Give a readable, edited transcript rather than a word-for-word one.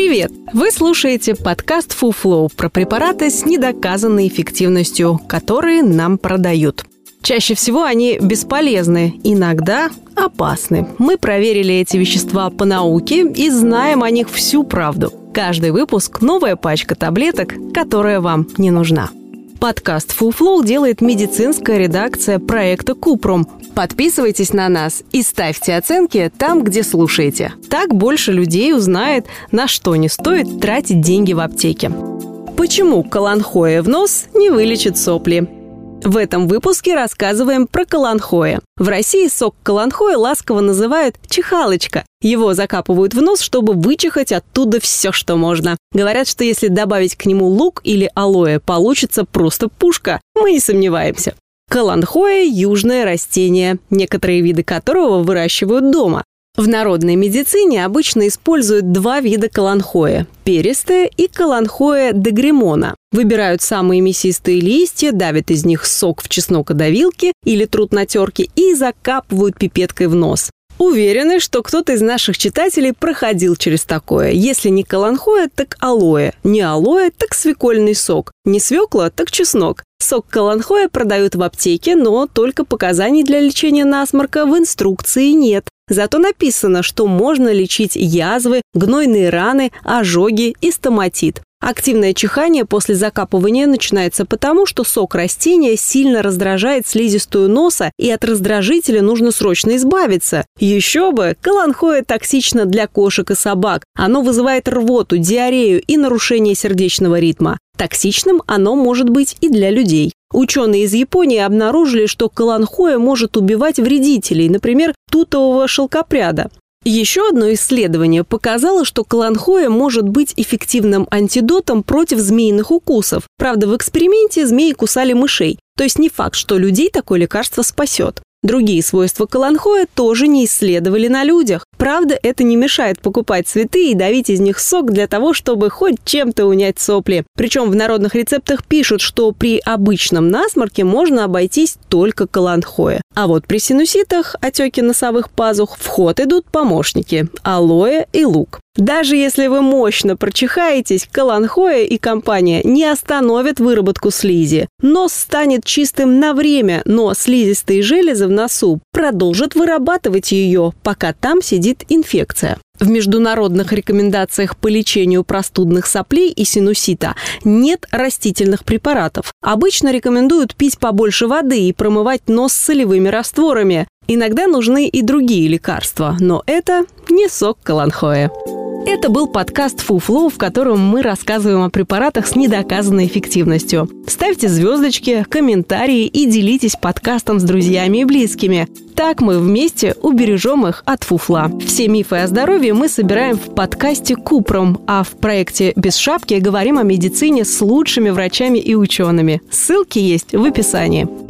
Привет! Вы слушаете подкаст Фуфло про препараты с недоказанной эффективностью, которые нам продают. Чаще всего они бесполезны, иногда опасны. Мы проверили эти вещества по науке и знаем о них всю правду. Каждый выпуск – новая пачка таблеток, которая вам не нужна. Подкаст Фуфло делает медицинская редакция проекта Купрум. Подписывайтесь на нас и ставьте оценки там, где слушаете. Так больше людей узнает, на что не стоит тратить деньги в аптеке. Почему каланхоэ в нос не вылечит сопли? В этом выпуске рассказываем про каланхоэ. В России сок каланхоэ ласково называют «чихалочка». Его закапывают в нос, чтобы вычихать оттуда все, что можно. Говорят, что если добавить к нему лук или алоэ, получится просто пушка. Мы не сомневаемся. Каланхоэ – южное растение, некоторые виды которого выращивают дома. В народной медицине обычно используют два вида каланхоэ – перистое и каланхоэ дегремона. Выбирают самые мясистые листья, давят из них сок в чеснокодавилке или трут на терке и закапывают пипеткой в нос. Уверены, что кто-то из наших читателей проходил через такое. Если не каланхоэ, так алоэ. Не алоэ, так свекольный сок. Не свекла, так чеснок. Сок каланхоэ продают в аптеке, но только показаний для лечения насморка в инструкции нет. Зато написано, что можно лечить язвы, гнойные раны, ожоги и стоматит. Активное чихание после закапывания начинается потому, что сок растения сильно раздражает слизистую носа, и от раздражителя нужно срочно избавиться. Еще бы! Каланхоэ токсично для кошек и собак. Оно вызывает рвоту, диарею и нарушение сердечного ритма. Токсичным оно может быть и для людей. Ученые из Японии обнаружили, что каланхоэ может убивать вредителей, например, тутового шелкопряда. Еще одно исследование показало, что каланхоэ может быть эффективным антидотом против змеиных укусов. Правда, в эксперименте змеи кусали мышей, то есть не факт, что людей такое лекарство спасет. Другие свойства каланхоэ тоже не исследовали на людях. Правда, это не мешает покупать цветы и давить из них сок для того, чтобы хоть чем-то унять сопли. Причем в народных рецептах пишут, что при обычном насморке можно обойтись только каланхоэ. А вот при синуситах, отеке носовых пазух, в ход идут помощники – алоэ и лук. Даже если вы мощно прочихаетесь, каланхоэ и компания не остановят выработку слизи. Нос станет чистым на время, но слизистые железы в носу продолжат вырабатывать ее, пока там сидит инфекция. В международных рекомендациях по лечению простудных соплей и синусита нет растительных препаратов. Обычно рекомендуют пить побольше воды и промывать нос солевыми растворами. Иногда нужны и другие лекарства, но это не сок каланхоэ. Это был подкаст Фуфло, в котором мы рассказываем о препаратах с недоказанной эффективностью. Ставьте звездочки, комментарии и делитесь подкастом с друзьями и близкими. Так мы вместе убережем их от фуфла. Все мифы о здоровье мы собираем в подкасте Купрум, а в проекте «Без шапки» говорим о медицине с лучшими врачами и учеными. Ссылки есть в описании.